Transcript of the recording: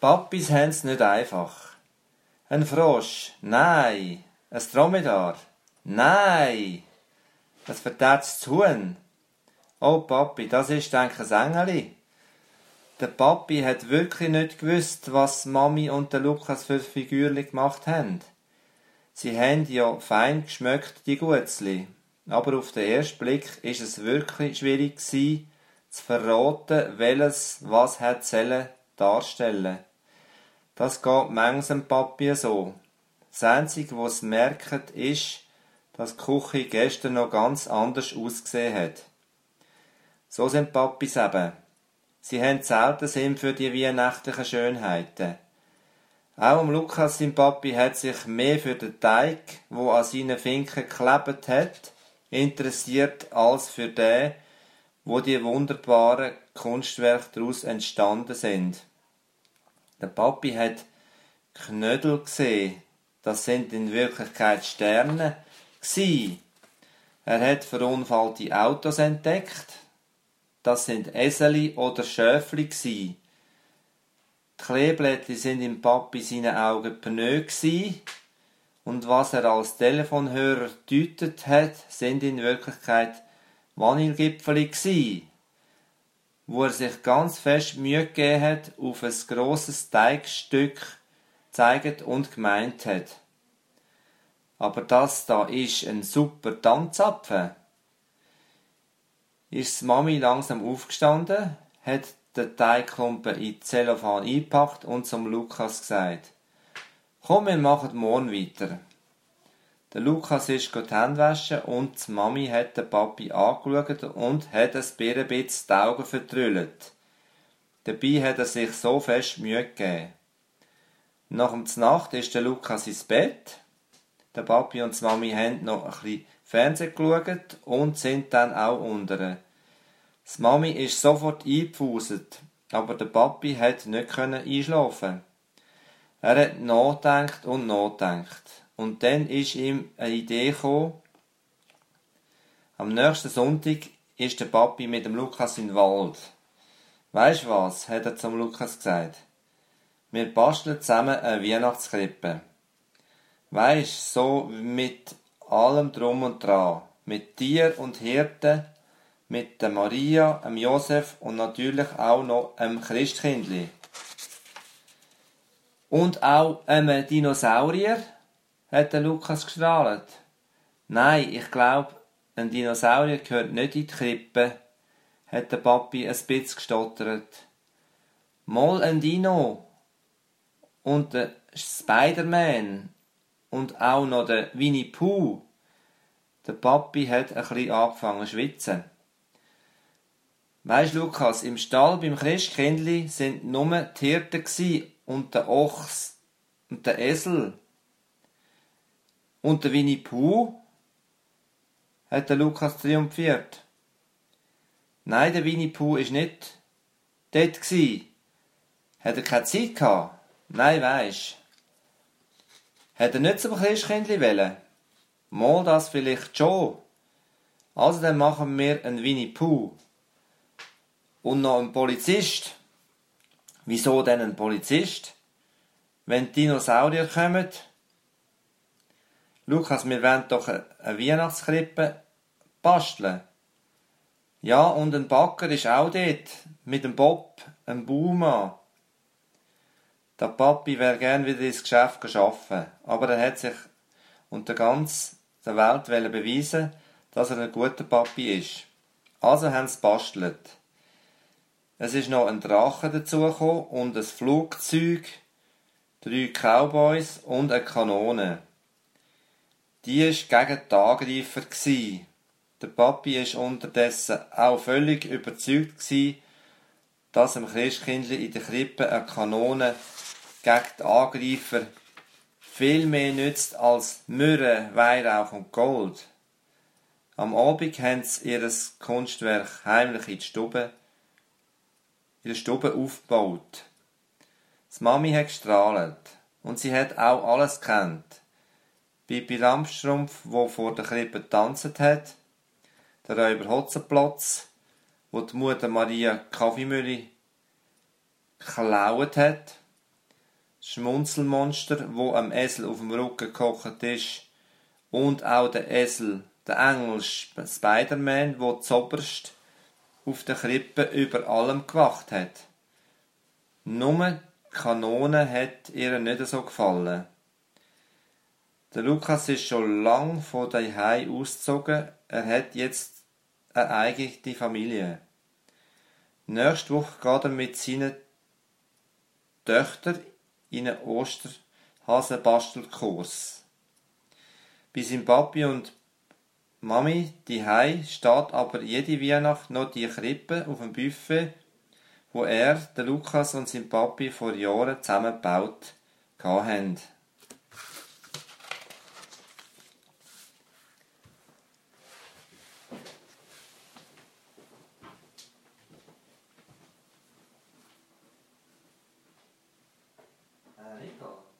Papis haben's nicht einfach. Ein Frosch? Nein. Ein Dromedar? Nein. Ein vertätztes Huhn? Oh Papi, das ist, denke ich, ein Engeli. Der Papi hat wirklich nicht gewusst, was Mami und der Lukas für Figürchen gemacht haben. Sie haben ja fein geschmeckt, die Gutzli. Aber auf den ersten Blick ist es wirklich schwierig gewesen, zu verraten, welches was hat sollen darstellen. Das geht manchem Papi so. Das Einzige, was sie merken, ist, dass die Küche gestern noch ganz anders ausgesehen hat. So sind Papis eben. Sie haben selten Sinn für die weihnachtlichen Schönheiten. Auch Lukas, sein Papi, hat sich mehr für den Teig, wo an seinen Finken geklebt hat, interessiert als für den, wo die wunderbaren Kunstwerke daraus entstanden sind. Der Papi hat Knödel gesehen. Das sind in Wirklichkeit Sterne gsi. Er hat verunfallte Autos entdeckt. Das sind Eseli oder Schöfli gsi. Die Kleeblättchen sind im Papi seinen Augen Pneu gsi. Und was er als Telefonhörer deutet hat, sind in Wirklichkeit Vanillegipfeli gsi, wo er sich ganz fest Mühe gegeben hat, auf ein grosses Teigstück gezeigt und gemeint hat. Aber das da ist ein super Tannzapfen. Ist die Mami langsam aufgestanden, hat den Teigklumpen in Zellophan eingepackt und zum Lukas gesagt: «Komm, wir machen morgen weiter.» Der Lukas ist die Hände waschen und die Mami hat den Papi angeschaut und hat ein bisschen die Augen vertrüllt. Dabei hat er sich so fest Mühe gegeben. Nach der Nacht ist der Lukas ins Bett. Der Papi und die Mami haben noch ein bisschen Fernsehen geschaut und sind dann auch unten. Die Mami ist sofort eingepfuset, aber der Papi hat nicht einschlafen. Er hat nachgedacht und nachgedacht. Und dann ist ihm eine Idee gekommen. Am nächsten Sonntag ist der Papi mit dem Lukas in den Wald. «Weisst was?» hat er zum Lukas gesagt. «Wir basteln zusammen eine Weihnachtskrippe. Weisst, so mit allem Drum und Dran. Mit Tier und Hirten, mit der Maria, dem Josef und natürlich auch noch einem Christkindli. Und auch einem Dinosaurier?» hat der Lukas gestrahlt. «Nein, ich glaube, ein Dinosaurier gehört nicht in die Krippe», hat der Papi ein bisschen gestottert. «Mal ein Dino und der Spider-Man und auch noch der Winnie Pooh.» Der Papi hat ein bisschen angefangen zu schwitzen. «Weisst Lukas, im Stall beim Christkindli sind nur die Hirten und der Ochs und der Esel. Und der Winnie Pooh?» hat der Lukas triumphiert. «Nein, der Winnie Pooh ist nicht dort gsi. Hat er keine Zeit gehabt? Nein, weisst. Hat er nicht zum Christkindli wollen? Mal das vielleicht schon. Also dann machen wir einen Winnie Pooh. Und noch einen Polizist. Wieso denn ein Polizist? Wenn die Dinosaurier kommen?» «Lukas, wir wollen doch eine Weihnachtskrippe basteln.» «Ja, und ein Backer ist auch dort, mit dem Bob, einem Baumann.» Der Papi wäre gern wieder ins Geschäft arbeiten, aber er hat sich und der ganzen Welt beweisen, dass er ein guter Papi ist. Also haben sie bastelt. Es ist noch ein Drache dazugekommen und ein Flugzeug, 3 Cowboys und eine Kanone. Die war gegen die Angreifer. Der Papi war unterdessen auch völlig überzeugt, dass dem Christkindli in der Krippe eine Kanone gegen die Angreifer viel mehr nützt als Myrrhe, Weihrauch und Gold. Am Abend haben sie ihr Kunstwerk heimlich in der Stube aufgebaut. Die Mami hat gestrahlt und sie hat auch alles gekannt. Pipi Langstrumpf, wo vor der Krippe getanzt hat, der Räuber Hotzenplotz, wo die Mutter Maria Kaffeemühle geklaut hat, Schmunzelmonster, wo am Esel auf dem Rücken gehockt ist, und auch der Esel, der Engel Spider-Man, wo zoberst auf der Krippe über allem gewacht hat. Nur die Kanone hat ihr nicht so gefallen. Der Lukas ist schon lang von daheim ausgezogen. Er hat jetzt eine eigene Familie. Nächste Woche geht er mit seinen Töchtern in einen Osterhasenbastelkurs. Bei seinem Papi und Mami daheim steht aber jede Weihnacht noch die Krippe auf dem Buffet, wo er, der Lukas und sein Papi vor Jahren zusammengebaut haben. Rico.